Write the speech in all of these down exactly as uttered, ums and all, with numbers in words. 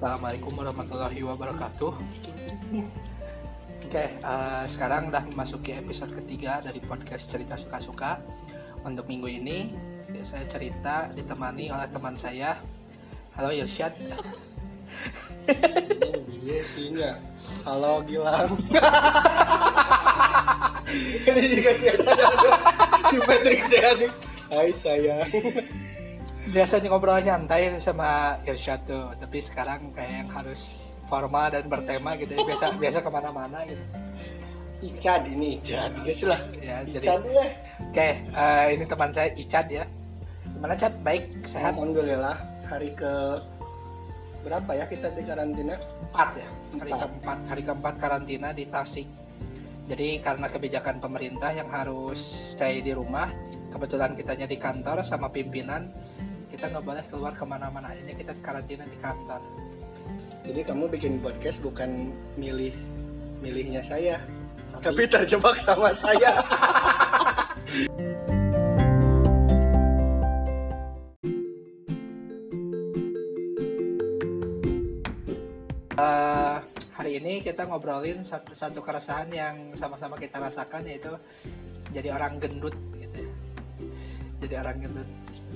Assalamualaikum warahmatullahi wabarakatuh. Oke, uh, sekarang udah memasuki episode ketiga dari podcast Cerita Suka-Suka. Untuk minggu ini saya cerita ditemani oleh teman saya. Halo Irsyad. Iya sih enggak. Halo Gilang. Ini dikasih aja si Patrick Deani. Hai sayang. Biasanya ngobrol nyantai sama Irsyad tuh, tapi sekarang kayak yang harus formal dan bertema gitu ya. Biasa biasa kemana-mana gitu. Icad ini Icad, guys lah. Ya, Icad jadi ya. Oke, uh, ini teman saya Icad ya. Gimana Cad? Baik, sehat? Alhamdulillah. Hari ke berapa ya kita di karantina? Empat ya. Hari Empat. keempat, hari keempat karantina di Tasik. Jadi karena kebijakan pemerintah yang harus stay di rumah, kebetulan kitanya di kantor sama pimpinan, kita nggak boleh keluar kemana-mana. Ini kita karantina di kantor. Jadi kamu bikin podcast bukan milih milihnya saya, tapi, tapi terjebak sama saya. Uh, hari ini kita ngobrolin satu, satu keresahan yang sama-sama kita rasakan, yaitu jadi orang gendut gitu ya. Jadi orang gendut.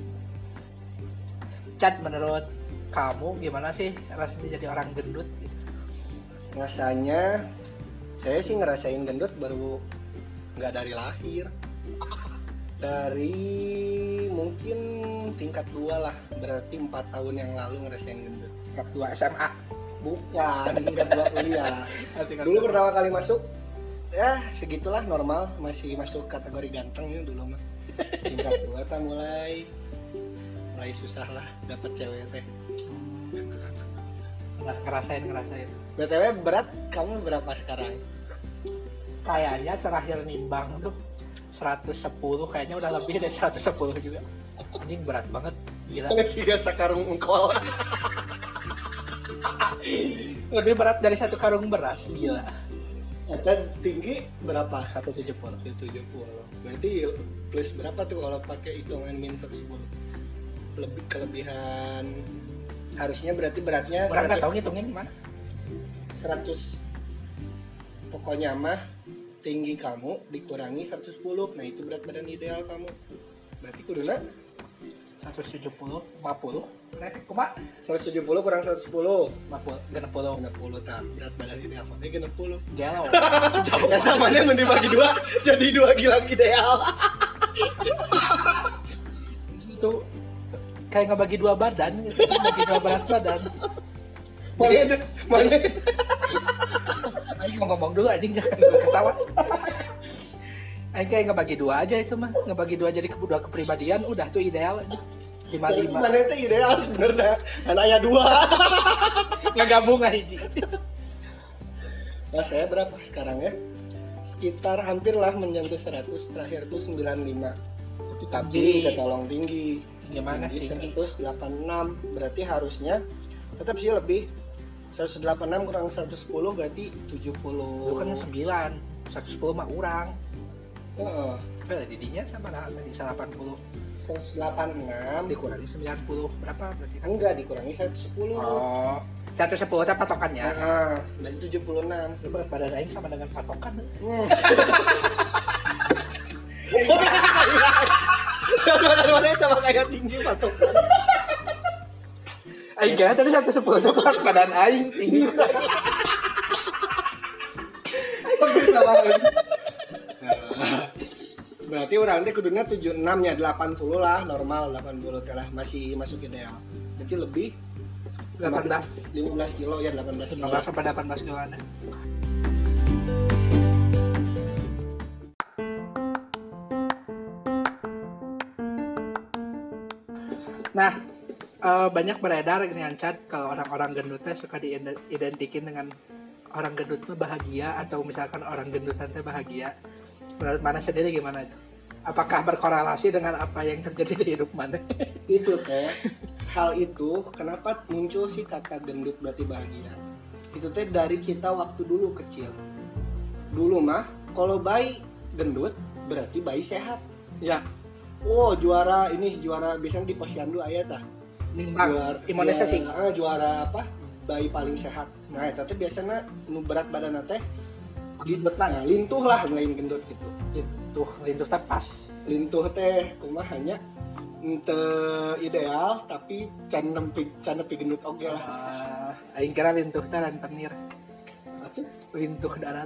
Cad, menurut kamu gimana sih rasanya jadi orang gendut? Rasanya saya sih ngerasain gendut baru nggak dari lahir, dari mungkin tingkat dua lah, berarti empat tahun yang lalu ngerasain gendut. Tingkat dua S M A? Bukan, tingkat dua kuliah. Dulu pertama kali masuk ya segitulah, normal, masih masuk kategori ganteng ya dulu mah. Tingkat dua tak mulai mulai susah lah dapat cewek teh. Ngerasain ngerasain. B T W berat kamu berapa sekarang? Kayaknya terakhir nimbang tuh seratus sepuluh, kayaknya udah lebih dari seratus sepuluh juga. Anjing berat banget, gila. Sih gak sekarung engkol. Lebih berat dari satu karung beras, gila. Atau tinggi berapa? seratus tujuh puluh. seratus tujuh puluh. Berarti plus berapa tuh kalau pakai hitungan min seratus sepuluh? Lebih kelebihan harusnya berarti beratnya orang nggak tahu ngitungnya gimana. seratus, pokoknya mah tinggi kamu dikurangi seratus sepuluh, nah itu berat badan ideal kamu. Berarti kuduna seratus tujuh puluh, lima puluh, nah, kuma seratus tujuh puluh kurang seratus sepuluh, lima puluh, genep puluh, genep puluh, tak berat badan ideal mana genep puluh. Galau. Ternyata mana yang dibagi dua jadi dua Gilang ideal. Itu kayak ngebagi dua badan gitu, ngebagi dua berat badan. Mana mana? Ayo mau ngomong dulu anjing, jangan ketawa. Ayo kayak ngebagi dua aja itu mah, ngebagi dua jadi kedua kepribadian udah tuh ideal aja. lima lima. Mana itu ideal sebenarnya? Anaknya dua. Ngegabung aja. Nah, saya berapa sekarang ya? Sekitar hampir lah menyentuh seratus, terakhir tuh sembilan puluh lima. Tapi ketolong tinggi. Gimana tinggi? tinggi? seratus delapan puluh enam. Berarti harusnya tetap sih lebih. seratus delapan puluh enam kurang seratus sepuluh berarti tujuh puluh. Bukannya sembilan, seratus sepuluh mah urang. Heeh. Eh, didinya sama nah, tadi delapan puluh. seratus delapan puluh enam Dikurangi sembilan puluh, berapa berarti? enggak, dikurangi seratus sepuluh. Oh, seratus sepuluh itu patokannya. Heeh, berarti tujuh puluh enam. Itu berat badan aing sama dengan patokan. Hmm. Badan-badannya sama kayak tinggi patokan. Aing kira tadi seratus sepuluh itu berat badan aing tinggi. Berarti orang teh kuduna tujuh puluh enam nya, delapan puluh lah normal, delapan puluh teh lah masih masuk ideal. Berarti lebih delapan belas lima belas kilo ya, delapan belas kilo. lima belas sampai delapan belas kiloan. Nah, uh, banyak beredar dengan Cad kalau orang-orang gendutnya suka diidentikin dengan orang gendut tuh bahagia, atau misalkan orang gendutan tuh bahagia. Menurut mana sendiri gimana? Apakah berkorelasi dengan apa yang terjadi di hidup mana? Itu teh, hal itu kenapa muncul sih kata gendut berarti bahagia? Itu teh dari kita waktu dulu kecil. Dulu mah kalau bayi gendut berarti bayi sehat. Ya. Oh, juara ini juara biasanya di posyandu aya tah. Nimbang, Juara imunisasi. Juara, ah, juara apa? bayi paling sehat. Nah eta teh biasana nu berat badanna teh Gendut nah, lah. lintuh lah lain gendut gitu. Lintuh, lintuh teh pas. Lintuh teh kumaha hanya ente ideal tapi can nempi can nepi gendut oge lah. Ah, aing kira lintuh teh rentenir. Atuh Lintuh darat.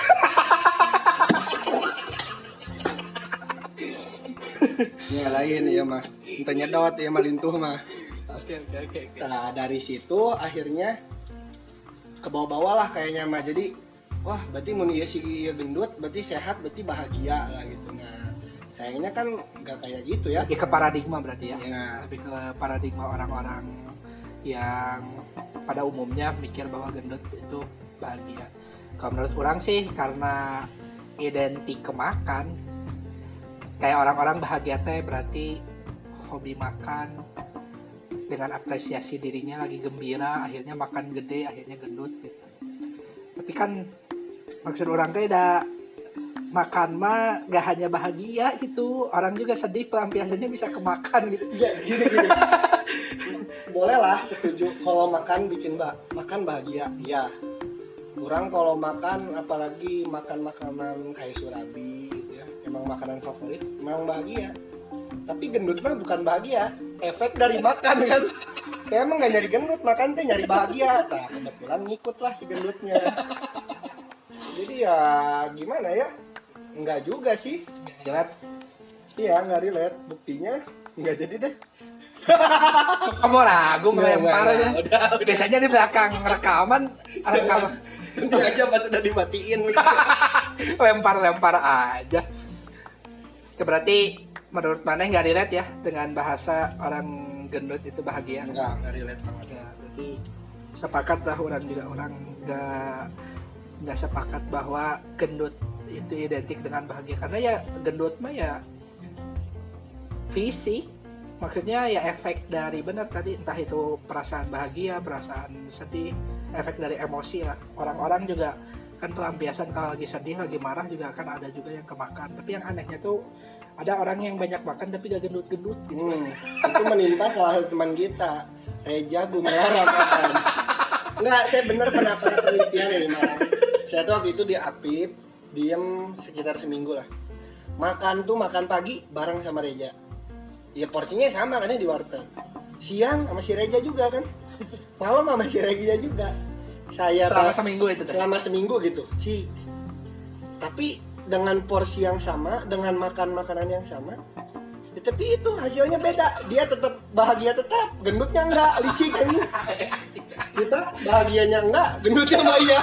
ya lain ya mah. Ente nyedot ya mah lintuh mah. Oke oke oke oke. Nah dari situ akhirnya ke bawah-bawah lah kayaknya mah. Jadi wah berarti mun ieu si ieu gendut berarti sehat berarti bahagia lah gitu. Nah sayangnya kan nggak kayak gitu ya. Lebih ke paradigma berarti ya. Ya. Lebih ke paradigma orang-orang yang pada umumnya mikir bahwa gendut itu bahagia. Kalau menurut orang sih karena identik ke makan, kayak orang-orang bahagia teh berarti hobi makan, dengan apresiasi dirinya lagi gembira, akhirnya makan gede, akhirnya gendut gitu. Tapi kan maksud orang teh da makan mah gak hanya bahagia gitu, orang juga sedih pelampiasannya bisa kemakan gitu. Ya, gini gini. Boleh lah setuju kalau makan bikin bah makan bahagia. Ya. Orang kalau makan apalagi makan makanan kayak surabi gitu ya. Emang makanan favorit, emang bahagia. Tapi gendut mah bukan bahagia, efek dari makan kan. Saya emang gak nyari gendut, makan teh nyari bahagia. Nah kebetulan ngikut lah si gendutnya. Jadi ya gimana ya? Enggak juga sih. Jelas. Iya nggak relate. Buktinya nggak jadi deh. Kamu ragu Nggak, ngelempar nggak, aja. nggak. Udah, udah. Biasanya di belakang rekaman, rekaman Nanti aja pas udah dimatiin. lempar-lempar aja. Itu berarti menurut Maneh nggak relate ya dengan bahasa orang gendut itu bahagia? Enggak, nggak relate banget. Ya, berarti sepakat lah orang juga orang nggak nggak sepakat bahwa gendut itu identik dengan bahagia karena ya gendut mah ya visi, maksudnya ya efek dari benar tadi entah itu perasaan bahagia, perasaan sedih, efek dari emosi lah. Orang-orang juga kan pelampiasan kalau lagi sedih, lagi marah juga kan ada juga yang kemakan. Tapi yang anehnya tuh ada orang yang banyak makan tapi gak gendut-gendut gitu. Hmm, itu menimpa salah satu teman kita, Reja Gumelara makan. Enggak, saya bener pernah pernah penelitian ya di Malang. Saya tuh waktu itu di Apip, diem sekitar seminggu lah. Makan tuh makan pagi bareng sama Reja. Ya porsinya sama kan ya di warteg. Siang sama si Reja juga kan. Malam sama si Reja juga. Saya Selama ta- seminggu itu teh. selama seminggu gitu. Cik. Tapi dengan porsi yang sama, dengan makan makanan yang sama, ya, tapi itu hasilnya beda. Dia tetap bahagia tetap, gendutnya enggak, licik kan. Kita bahagianya enggak, gendutnya mah iya.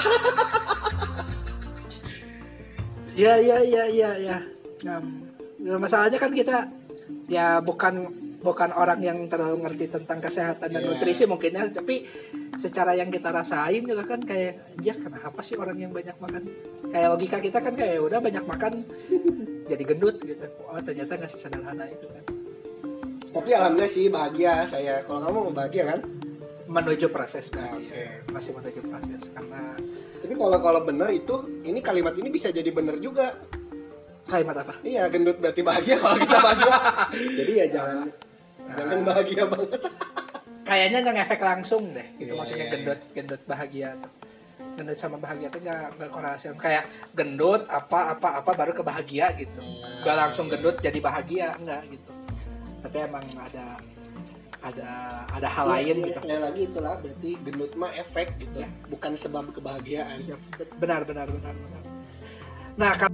Ya ya ya ya ya. Nah, masalahnya kan kita ya bukan bukan orang yang terlalu ngerti tentang kesehatan dan Yeah. nutrisi mungkin ya, tapi secara yang kita rasain juga kan kayak anjir kenapa sih orang yang banyak makan, kayak logika kita kan kayak udah banyak makan jadi gendut gitu. Oh ternyata nggak sesederhana itu kan. Tapi alhamdulillah sih bahagia saya. Kalau kamu bahagia kan? Menuju proses Nah, bahagia. oke. Masih menuju proses karena Tapi kalau kalau benar itu, ini kalimat ini bisa jadi benar juga. kalimat apa? Iya, gendut berarti bahagia kalau kita bahagia. Jadi ya jangan jangan bahagia banget. Kayaknya nggak ngefek langsung deh gitu. Iya, Maksudnya iya, gendut gendut bahagia tuh. Gendut sama bahagia tuh nggak nggak korelasi, kayak gendut apa apa apa baru ke bahagia gitu, nggak langsung gendut jadi bahagia enggak gitu. Tapi emang ada ada ada hal lain Iya, gitu. Kayak lagi itulah berarti gendut mah efek gitu, Ya. bukan sebab kebahagiaan. Siap. Benar benar benar benar. Nah kalau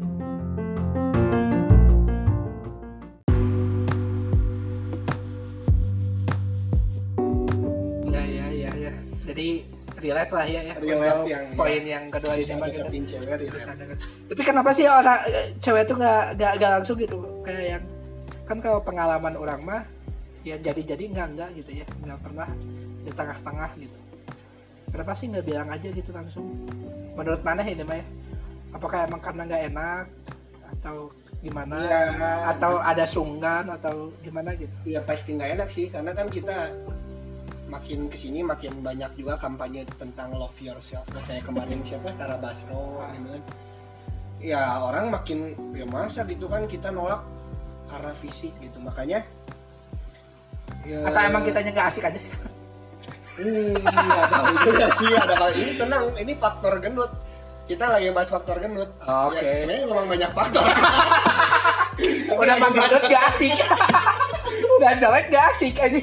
ya ya ya ya. Jadi relate lah ya ya. Relate Untuk yang- poin yang kedua ini Bisa mah gitu. deketin cewek Terus relate. ada kan. Tapi kenapa sih orang eh, cewek tuh nggak nggak nggak langsung gitu, kayak yang kan kalau pengalaman orang mah ya jadi-jadi nggak nggak gitu ya, nggak pernah di tengah-tengah gitu. Kenapa sih nggak bilang aja gitu langsung? Menurut mana ini mah ya? Apakah emang karena nggak enak atau gimana? Iya. Atau ada sungkan atau gimana gitu? Iya pasti nggak enak sih, karena kan kita makin kesini makin banyak juga kampanye tentang love yourself. Nah, kayak kemarin siapa Tara Basro gitu kan. Ya orang makin ya masa gitu kan kita nolak karena fisik gitu, makanya ya, Atau emang kitanya nggak asik aja sih? Hmm, nggak tahu juga sih ada hal ini. Tenang, ini faktor gendut. Kita lagi bahas faktor gendut. Oh, oke. Ya, sebenarnya memang banyak faktor. Udah bang gendut gak asik. Udah jelek gak asik aja.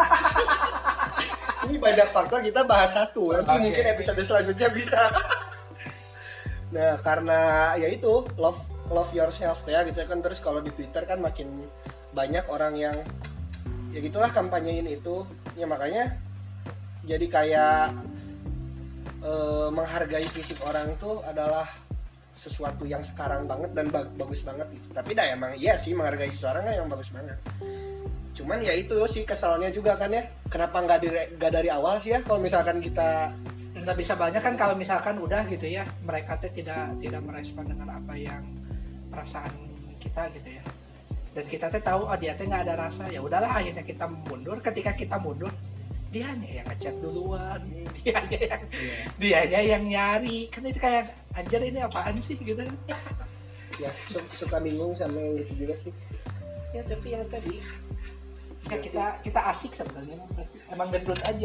Ini banyak faktor, kita bahas satu. Nanti Oke. mungkin episode selanjutnya bisa. Nah, karena ya itu love love yourself ya gitu kan. Terus kalau di Twitter kan makin banyak orang yang ya gitulah kampanyein itu. Ya makanya jadi kayak eh, menghargai fisik orang tuh adalah sesuatu yang sekarang banget dan bag- bagus banget gitu. Tapi dah emang iya sih menghargai seseorang kan yang bagus banget. Cuman ya itu sih kesalnya juga kan ya. Kenapa nggak dari, nggak dari awal sih ya kalau misalkan kita Dan tak bisa banyak kan kalau misalkan udah gitu ya, mereka teh tidak tidak merespon dengan apa yang perasaan kita gitu ya. Dan kita teh tahu oh dia teh nggak ada rasa, ya udahlah akhirnya kita mundur. Ketika kita mundur, dianya yang ngechat duluan, dianya yang yeah. dianya yang nyari. Kan itu kayak anjir ini apaan sih gitu. ya su- suka bingung sama yang gitu juga sih. Ya tapi yang tadi Ya kita kita asik sebenarnya emang gendut aja.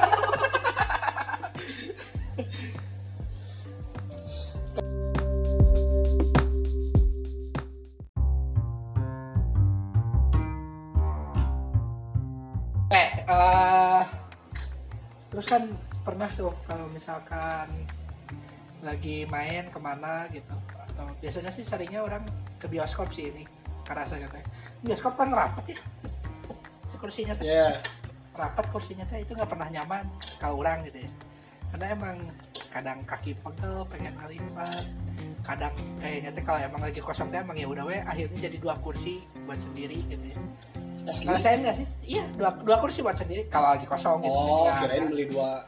eh eh, terus kan pernah tuh kalau misalkan lagi main kemana gitu, atau biasanya sih seringnya orang ke bioskop sih ini karena saya teh bioskop kan rapat ya si kursinya teh ya rapat kursinya teh itu nggak pernah nyaman kalau orang gitu ya, karena emang kadang kaki pegel pengen ngalipat, kadang kayaknya teh kalau emang lagi kosong teh emang ya udah we akhirnya jadi dua kursi buat sendiri gitu ya. asli. Ngerasain nggak sih? Iya, dua, dua kursi buat sendiri kalau lagi kosong gitu. Oh, Nah, kirain beli dua.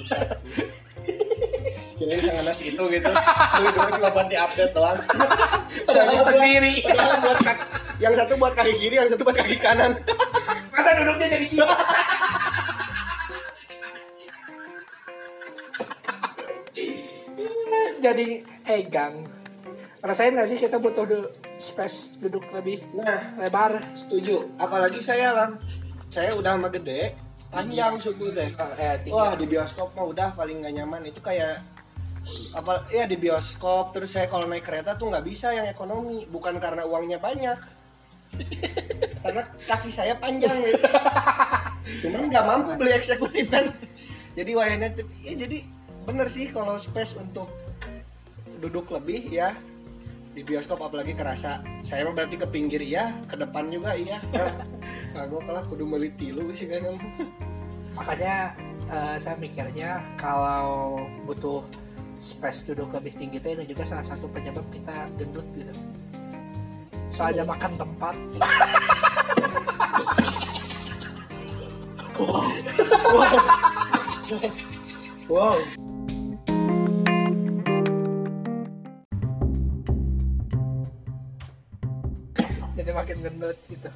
Kirain sanganas itu gitu. Beli dua cuma buat di-update doang. Padahal buat- sendiri. Padahal buat kaki, yang satu buat kaki kiri, yang satu buat kaki kanan. Masa duduknya jadi gini? Jadi egang. Rasain nggak sih kita butuh du- space duduk lebih Nah, lebar? setuju. Apalagi saya lang, saya udah sama gede, panjang suku deh. Oh, eh, tinggi. Wah, di bioskop mah udah paling gak nyaman. Itu kayak apa ya di bioskop. Terus saya kalau naik kereta tuh nggak bisa yang ekonomi, bukan karena uangnya banyak, karena kaki saya panjang ya. Cuman nggak mampu beli eksekutif kan. Jadi wayahnya tuh ya, jadi bener sih kalau space untuk duduk lebih ya di bioskop apalagi kerasa. Saya mah berarti ke pinggir iya, ke depan juga iya. Kagok lah kudu meuli tilu sih kan. Makanya eh, saya mikirnya kalau butuh space duduk lebih tinggi itu juga salah satu penyebab kita gendut gitu. Soalnya makan tempat. Wow. Jadi makin gendut gitu.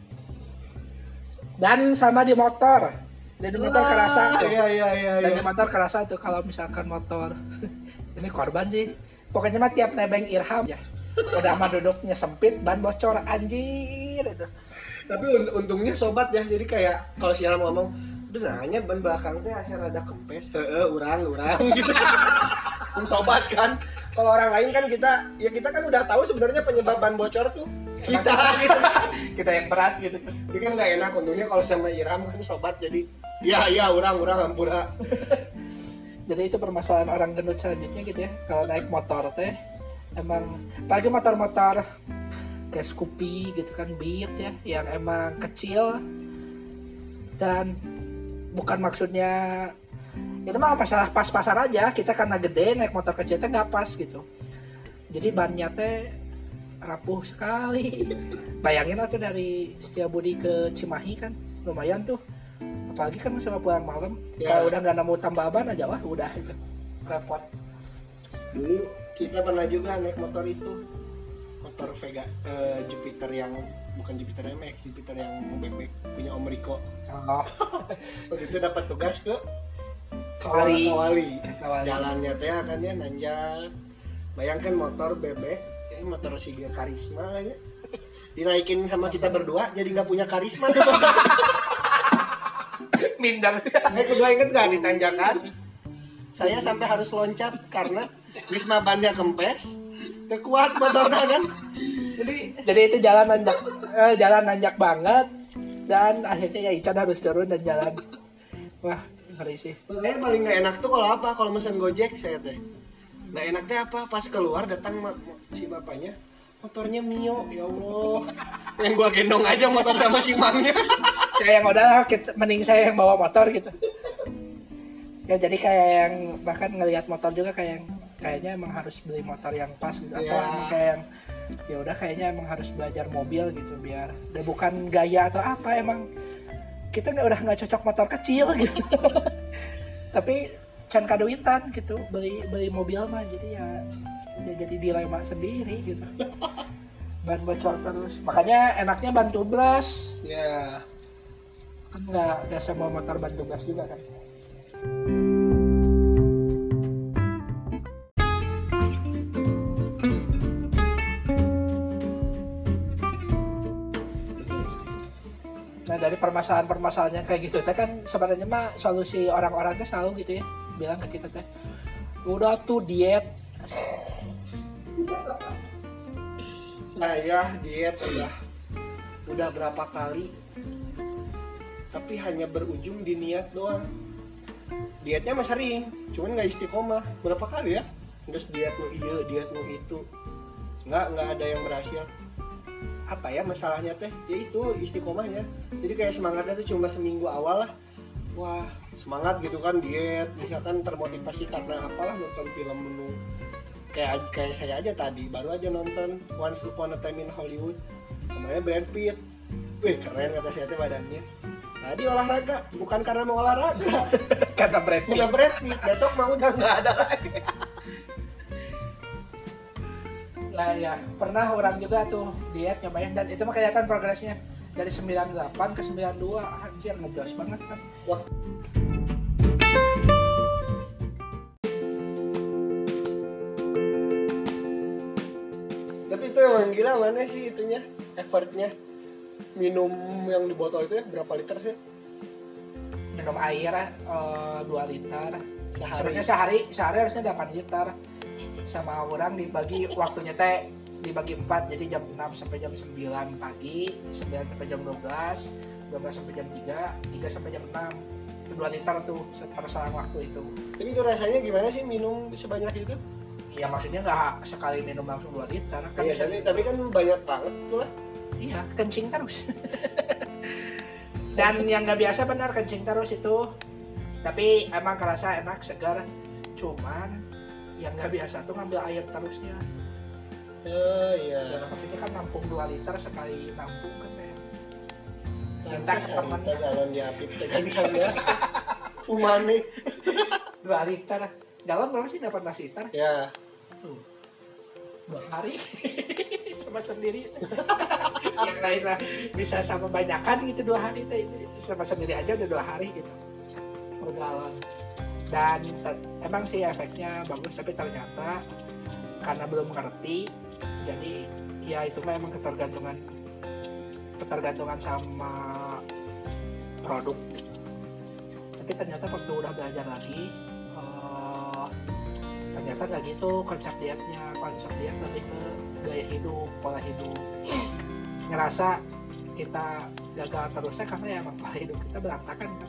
Dan sama di motor. Jadi motor kerasa tuh. Iya iya iya Dan iya. di motor kerasa tuh kalau misalkan motor ini korban sih. Pokoknya mah tiap nebeng Irham ya. Udah mah duduknya sempit, ban bocor anjir itu. Tapi un- untungnya sobat ya. Jadi kayak kalau si Alam ngomong, "Udah nanya ban belakang teh asal ada kempes." Heeh, urang urang gitu. Untung sobat kan. Kalau orang lain kan kita ya kita kan udah tahu sebenarnya penyebab ban bocor tuh kita gitu. Kita yang berat gitu. Jadi kan nggak enak untungnya kalau sama Iram kan sobat jadi ya ya urang urang hampura. Jadi itu permasalahan orang gendut selanjutnya gitu ya. Kalau naik motor teh emang apalagi motor-motor kayak Scoopy gitu kan, Beat ya, yang emang kecil dan bukan maksudnya itu mah masalah pas-pasan aja. Kita karena gede naik motor kecil teh nggak pas gitu. Jadi bannya teh rapuh sekali. Bayangin aja dari Setiabudi ke Cimahi kan lumayan tuh. Apalagi kan suka pulang malam. Ya. Kalau udah nggak nemu tambah ban aja wah udah itu repot. Dulu kita pernah juga naik motor itu motor Vega eh, Jupiter yang bukan Jupiter M X, Jupiter yang bebek punya Om Riko. Oh, Waktu itu dapat tugas ke Kawali. Kawali. Kawali. Jalannya teh kan ya nanjak. Bayangkan motor bebek, ini motor Siga Karisma lah ya. Dinaikin sama kita berdua jadi nggak punya karisma tuh motor. Minder. Eh kedua inget gak di tanjakan? Saya sampai harus loncat karena Wisma bannya kempes. Teu kuat motornya kan. Jadi Jadi itu jalan nanjak eh, jalan nanjak banget dan akhirnya ya Ican harus turun dan jalan. Wah, ngeri sih. makanya paling gak enak tuh kalau apa? Kalau mesen Gojek saya teh. Nggak enaknya apa? Pas keluar datang ma- si bapaknya, motornya Mio, ya Allah. Yang gua gendong aja motor sama si Mangnya. Kayak yang udah kita, mending saya yang bawa motor gitu. Ya jadi kayak yang bahkan ngelihat motor juga kayak yang kayaknya emang harus beli motor yang pas gitu atau Ya. emang kayak yang ya udah kayaknya emang harus belajar mobil gitu biar dan bukan gaya atau apa emang kita nggak udah nggak cocok motor kecil gitu. Tapi can kaduitan gitu beli beli mobil mah jadi ya, ya jadi dilema sendiri gitu. Ban bocor terus makanya enaknya ban tubeless Ya. kan nggak nggak semua motor ban tubeless juga kan. Nah dari permasalahan-permasalahan yang kayak gitu teh kan sebenarnya mah solusi orang-orang teh selalu gitu ya bilang ke kita teh udah tuh diet. Saya diet udah udah berapa kali, tapi hanya berujung di niat doang. Dietnya mah sering, cuman nggak istiqomah. Berapa kali ya? Terus diet mau iya, diet mau itu, nggak nggak ada yang berhasil. Apa ya masalahnya teh? Ya itu istiqomahnya. Jadi kayak semangatnya tuh cuma seminggu awal lah. Wah semangat gitu kan diet, misalkan termotivasi karena apalah nonton film menu. Kayak kayak saya aja tadi baru aja nonton Once Upon a Time in Hollywood. Namanya Brad Pitt. Wih keren kata saya teh badannya. Tadi olahraga bukan karena mau olahraga, Karena Brad Pitt. karena Brad Pitt. Besok mau udah nggak ada lagi. Lah ya, pernah orang juga tuh diet nyobain dan itu mah kelihatan progresnya dari sembilan puluh delapan ke sembilan puluh dua anjir ngejos banget kan. Waktu tapi itu emang gila mana sih itunya effortnya minum yang di botol itu ya berapa liter sih Minum air eh, dua liter. sehari? Sebenarnya sehari sehari harusnya delapan liter. Sama orang dibagi waktunya teh dibagi empat jadi jam enam sampai jam sembilan pagi, sembilan sampai jam dua belas, dua belas sampai jam tiga, tiga sampai jam enam. Itu dua liter tuh per selang waktu itu. Tapi itu rasanya gimana sih minum sebanyak itu? Ya maksudnya nggak sekali minum langsung dua liter kan. Iya bisa- tapi, tapi kan banyak banget tuh lah. Iya, kencing terus. Dan yang nggak biasa benar kencing terus itu. Tapi emang kerasa enak, segar. Cuman yang nggak biasa tuh ngambil air terusnya. Oh iya. Dan maksudnya kan nampung dua liter sekali nampung kan kayak. Minta Lantas ke teman kita galon di apip tegancang ya. Umami. dua liter. Galon berapa sih? delapan belas liter? Ya. Tuh. Dua hari. Sama sendiri. Yang lain lah bisa sama banyakan gitu dua hari itu sama sendiri aja udah dua hari gitu. Per galon. Dan ter- emang sih efeknya bagus tapi ternyata karena belum ngerti jadi ya itu mah emang ketergantungan ketergantungan sama produk gitu. Tapi ternyata waktu udah belajar lagi eh, ternyata nggak gitu konsep dietnya. Konsep diet lebih ke gaya hidup, pola hidup. Ngerasa kita gagal terusnya karena ya emang pola hidup kita berantakan kan.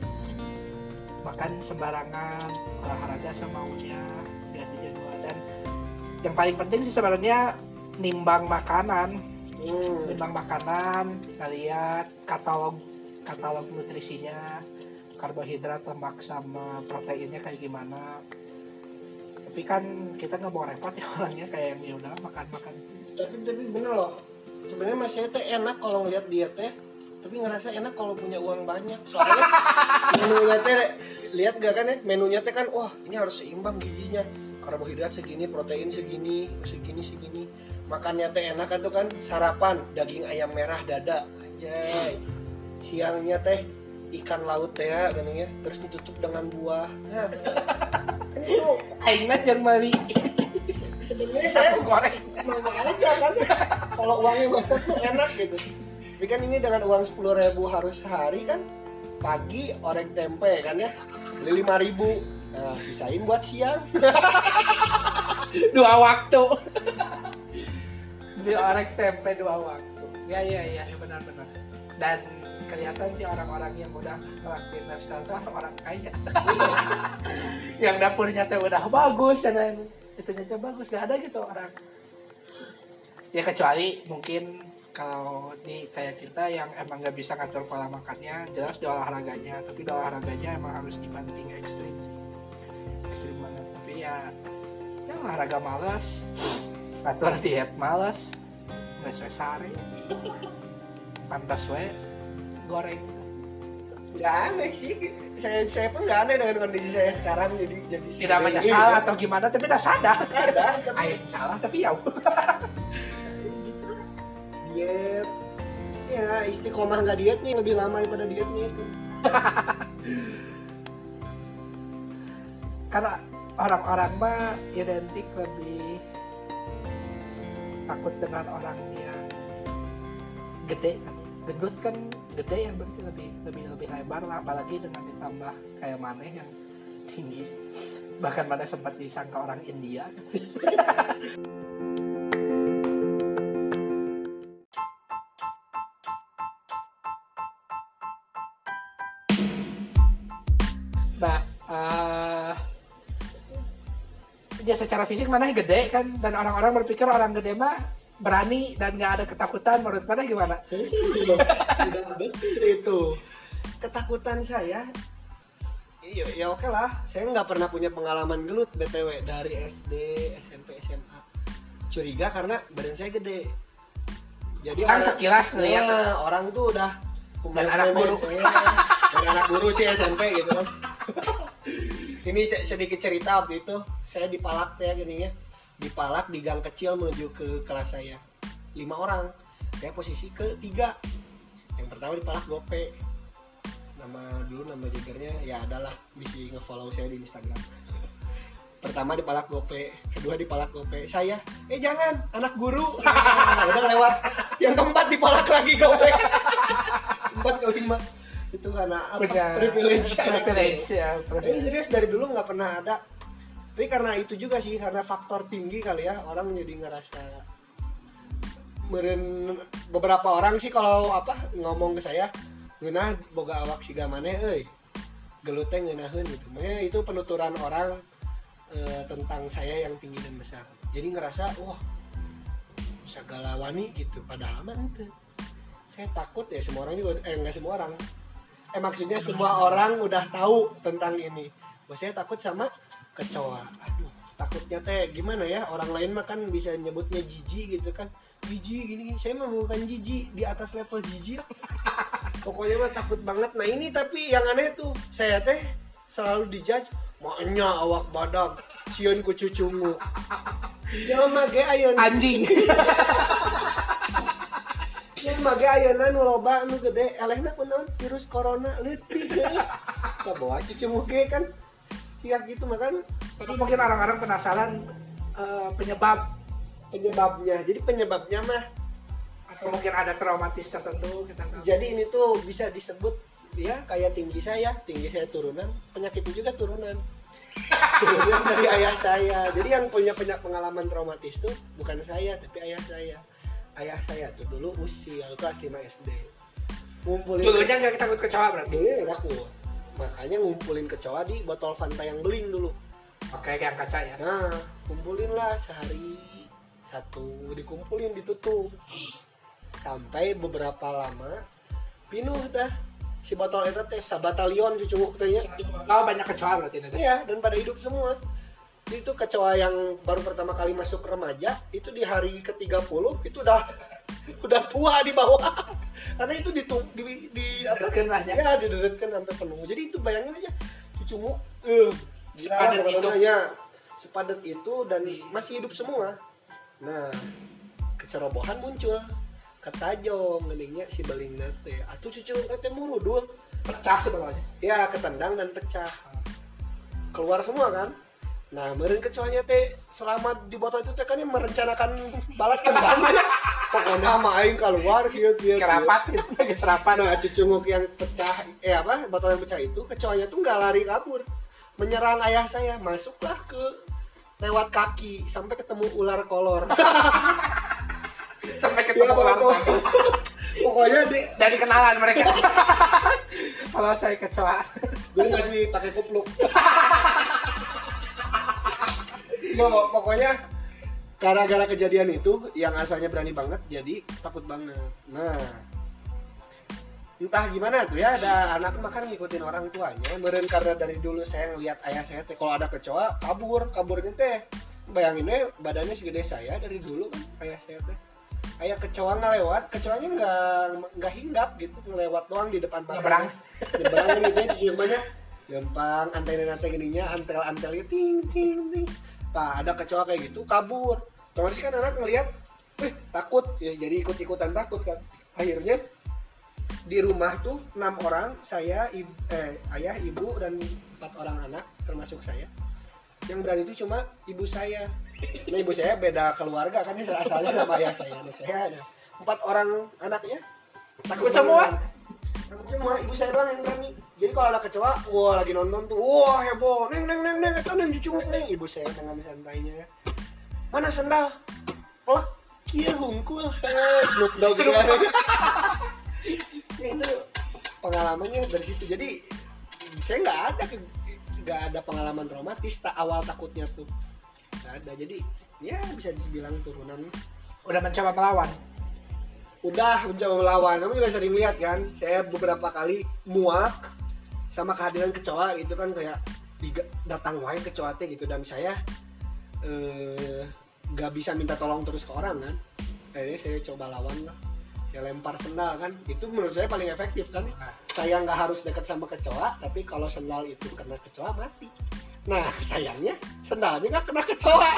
Makan sembarangan, olahraga semaunya, ganti jadwal. Dan yang paling penting sih sebenarnya nimbang makanan. Hmm. Nimbang makanan, ngeliat katalog katalog nutrisinya, karbohidrat, lemak sama proteinnya kayak gimana. Tapi kan kita nggak mau repot ya orangnya kayak yang ya udah makan-makan. Tapi tapi bener loh. Sebenarnya mas saya teh enak kalau ngeliat dietnya, tapi ngerasa enak kalau punya uang banyak. Soalnya menunya teh lihat gak kan ya, menunya teh kan wah ini harus seimbang gizinya. Karbohidrat segini, protein segini, segini segini. Makannya teh enak kan tuh kan sarapan daging ayam merah dada anjay. Siangnya teh ikan laut teh ya kan ya, terus ditutup dengan buah. Nah, kan itu Aing mah jeung meuli sebenarnya saya sapu goreng. mau aja kan ya. Kalau uangnya banyak tuh enak gitu. Tapi kan ini dengan uang sepuluh ribu harus sehari kan pagi orek tempe kan ya, beli lima ribu, nah sisain buat siang. Dua waktu. Beli orek tempe dua waktu. Ya ya ya, benar-benar. Dan kelihatan sih orang-orang yang udah ngelakuin lifestyle itu orang kaya. Yang dapurnya tuh udah bagus dan itu aja bagus, gak ada gitu orang. Ya kecuali mungkin kalau di kayak kita yang emang nggak bisa ngatur pola makannya, jelas di olahraganya, tapi di olahraganya emang harus dibanting ekstrim sih, ekstrim banget. Tapi ya, ya olahraga malas, ngatur diet malas, nggak sesuai sehari, pantas we goreng. Nggak aneh sih, saya saya pun nggak aneh dengan kondisi saya sekarang, jadi jadi Tidak menyesal ya. atau gimana, tapi udah sadar. Sadar, tapi Ayo salah, tapi ya. Diet ya istiqomah nggak dietnya lebih lama daripada dietnya itu. Karena orang-orang mah identik lebih takut dengan orang yang gede kan, gendut kan gede yang berarti lebih lebih lebih lebar lah, apalagi dengan ditambah kayak maneh yang tinggi, bahkan maneh sempat disangka orang India. Nah, uh, ya secara fisik mana gede kan, dan orang-orang berpikir orang gede mah berani dan nggak ada ketakutan. Menurut mana gimana? Tidak betul itu. Ketakutan saya, iya ya oke lah. Saya nggak pernah punya pengalaman gelut B T W dari S D, S M P, S M A. Curiga karena badan saya gede. Jadi Kan orang- sekilas ngeliat. Nah, orang tuh udah Dan anak guru. Eh, dan anak guru sih S M P gitu kan. Ini sedikit cerita waktu itu saya dipalak ya gini ya, dipalak di gang kecil menuju ke kelas saya, lima orang, saya posisi ketiga. Yang pertama dipalak Gope, nama dulu nama jagernya ya adalah bisa ngefollow saya di Instagram. Pertama dipalak Gope, kedua dipalak Gope, saya eh jangan anak guru. Nah, udah lewat. Yang keempat dipalak lagi Gope. Empat ke lima itu karena apa? Punya Privilege. privilege ya, Ini privilege. serius dari dulu nggak pernah ada. Tapi karena itu juga sih, karena faktor tinggi kali ya, orang jadi ngerasa meren. Beberapa orang sih kalau apa ngomong ke saya, ngeunah boga awak siga maneh euy. Gelut teh ngeunaheun gitu. Makanya itu penuturan orang e, tentang saya yang tinggi dan besar. Jadi ngerasa wah segala wani gitu, padahal mah ente. Saya takut ya, semua orang juga eh enggak semua orang. Eh maksudnya semua orang udah tahu tentang ini. Bahwa saya takut sama kecoa. Aduh, takutnya teh gimana ya? Orang lain mah kan bisa nyebutnya jijik gitu kan. Jijik gini, saya mah bukan jijik, di atas level jijik. Pokoknya mah takut banget. Nah, ini tapi yang aneh tuh, saya teh selalu dijudge, "Maknya awak badag, sieun ku cucungu." Jelema ge ayeuna Anjing. jelema ge ayeuna nu loba nu gede, elehna kunaon? Virus corona leutik. Ka bawa cucungu ge kan. Siap gitu makan Tapi mungkin orang-orang penasaran uh, penyebab, penyebabnya. Jadi penyebabnya mah atau mungkin ada traumatis tertentu kita tahu. jadi ini tuh bisa disebut ya kayak tinggi saya, tinggi saya turunan, penyakit itu juga turunan. Turunan dari ayah saya. Jadi yang punya punya pengalaman traumatis tuh bukan saya tapi ayah saya. Ayah saya tuh dulu usil kelas lima S D. Ngumpulin Dulunya nggak takut kecoa berarti? dulu nggak takut. Makanya ngumpulin kecoa di botol Fanta yang beling dulu. Oke, kayak kaca ya. Nah, kumpulin lah sehari satu, dikumpulin ditutup. Sampai beberapa lama pinuh tah si botol itu teh sabatalion cucunguk teh nya. Oh, banyak kecoa berarti nanti. Iya, dan pada hidup semua. Itu kecoa yang baru pertama kali masuk remaja, itu di hari ke tiga puluh itu udah udah tua di bawah. Karena itu di di, di apa? Dedetkeun lah ya. Ya, didedetkeun sampai penuh. Jadi itu bayangin aja cucunguk eh gila Sepadat itu. pokoknya sepadat itu dan masih hidup semua. Nah, kecerobohan muncul. Ketajong geningnya si belingna teh. Atuh cucunguk teh murudul. Pecah sebelahnya. Ya, ketendang dan pecah. Keluar semua kan. Nah, meureun kecoanya teh selama di botol itu teh kan yang merencanakan balas dendam. Pokoknya mah aing keluar kieu kieu. Kerapat gitu, lagi serapan. Nah, cucunguk yang pecah eh apa? Botol yang pecah itu kecoanya tuh enggak lari kabur. Menyerang ayah saya, masuklah ke lewat kaki sampai ketemu ular kolor. Sampai ketemu ular kolor. Pokoknya di dari kenalan mereka. Kalau saya kecoa, dulu masih pakai kupluk. Ya, pokoknya gara-gara kejadian itu yang asalnya berani banget jadi takut banget. Nah, entah gimana tuh ya, ada anak makan ngikutin orang tuanya. Meren karena dari dulu saya ngelihat ayah saya teh kalau ada kecoa kabur, kaburnya teh bayanginnya badannya segede saya dari dulu kan ayah saya teh. Ayah kecoa ngelewat, kecoanya nggak nggak hinggap gitu, ngelewat doang di depan mata. Nyebrang. Nyebrang gitu ya, banyak gampang antena-antena gininya, antel-antelnya ting ting ting. Nah, ada kecoa kayak gitu kabur. Otomatis kan anak ngelihat, "Wih, takut." Ya jadi ikut-ikutan takut kan. Akhirnya di rumah tuh enam orang, saya, ibu, eh, ayah, ibu dan empat orang anak termasuk saya. Yang berani itu cuma ibu saya. Nah, ibu saya beda keluarga kan, ya asalnya sama ayah saya. Nah, saya ada empat orang anaknya. takut semua. Takut semua, ibu saya doang yang berani. Jadi kalau ada kecoa, wah lagi nonton tuh, wah heboh, neng neng neng neng, itu neng cucunguk neng. Ibu saya dengan santainya ya. Mana sendal? Pelak, kia hungkul. Eh, Snoop Dogg. Snoop Dogg. Ya, itu pengalamannya dari situ. Jadi saya nggak ada nggak ada pengalaman traumatis tak awal takutnya tuh. Nggak ada. Jadi ya bisa dibilang turunan. Udah mencoba melawan. Udah mencoba melawan, kamu juga sering lihat kan, saya beberapa kali muak sama kehadiran kecoa gitu kan, kayak diga, datang wae kecoa teh gitu, dan saya eh, gak bisa minta tolong terus ke orang kan, akhirnya saya coba lawan lah, saya lempar sendal kan, itu menurut saya paling efektif kan, saya nggak harus dekat sama kecoa, tapi kalau sendal itu kena kecoa mati. Nah sayangnya sendalnya nggak kena kecoa.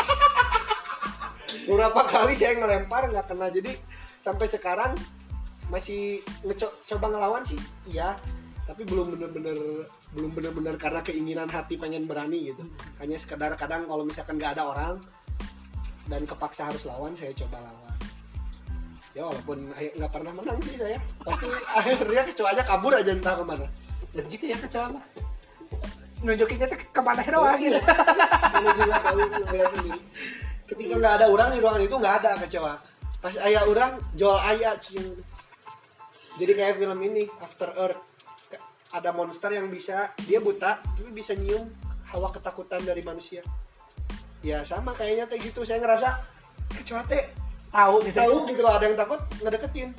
Beberapa kali saya ngelempar nggak kena, jadi sampai sekarang masih coba ngelawan sih, iya, tapi belum bener-bener belum bener-bener karena keinginan hati pengen berani gitu. Hanya sekedar kadang kalau misalkan nggak ada orang dan kepaksa harus lawan, saya coba lawan. Ya walaupun nggak pernah menang sih saya, pasti akhirnya kecoanya kabur aja entah kemana. Dan gitu ya kecoa mah. Nunjukinnya tuh kemana doang gitu. Ini juga tahu ngeliat sendiri. Ketika nggak ada orang di ruangan itu nggak ada kecoa. Pas ayah orang jual ayah cium. Jadi kayak film ini After Earth, ada monster yang bisa, dia buta tapi bisa nyium hawa ketakutan dari manusia. Ya sama kayaknya teh gitu, saya ngerasa kecoa teh Tahu gitu. tahu gitu loh, ada yang takut ngedeketin.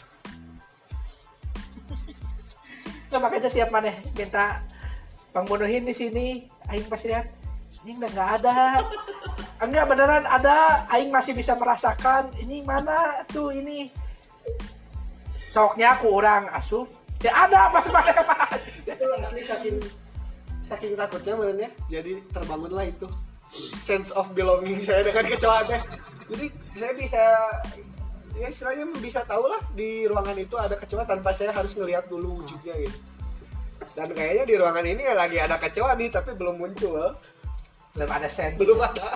Nah, makanya tiap mana minta pembunuhin di sini, aing pasti lihat ini udah nggak ada. Enggak, beneran ada, aing masih bisa merasakan. Ini mana tuh ini? Soknya aku orang asup. Ya ada apa mana apa. Itu asli saking saking takutnya bener ya. Jadi terbangunlah itu sense of belonging saya dengan kecoa teh. Jadi saya bisa ya istilahnya bisa tahu lah di ruangan itu ada kecoa tanpa saya harus ngelihat dulu wujudnya gitu. Dan kayaknya di ruangan ini ya lagi ada kecoa nih tapi belum muncul. Belum ada sense. Belum ada.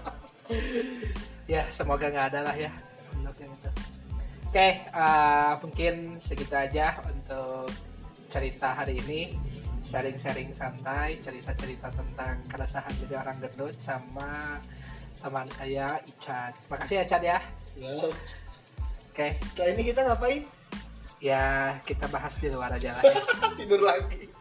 Ya semoga nggak ada lah ya. Oke, okay, uh, mungkin segitu aja untuk cerita hari ini. Sharing-sharing santai, cerita-cerita tentang keresahan jadi orang gendut sama teman saya Ican. Makasih ya Ican ya. Ya. Oke. Okay. Setelah ini kita ngapain? Ya kita bahas di luar aja lah ya. Tidur lagi.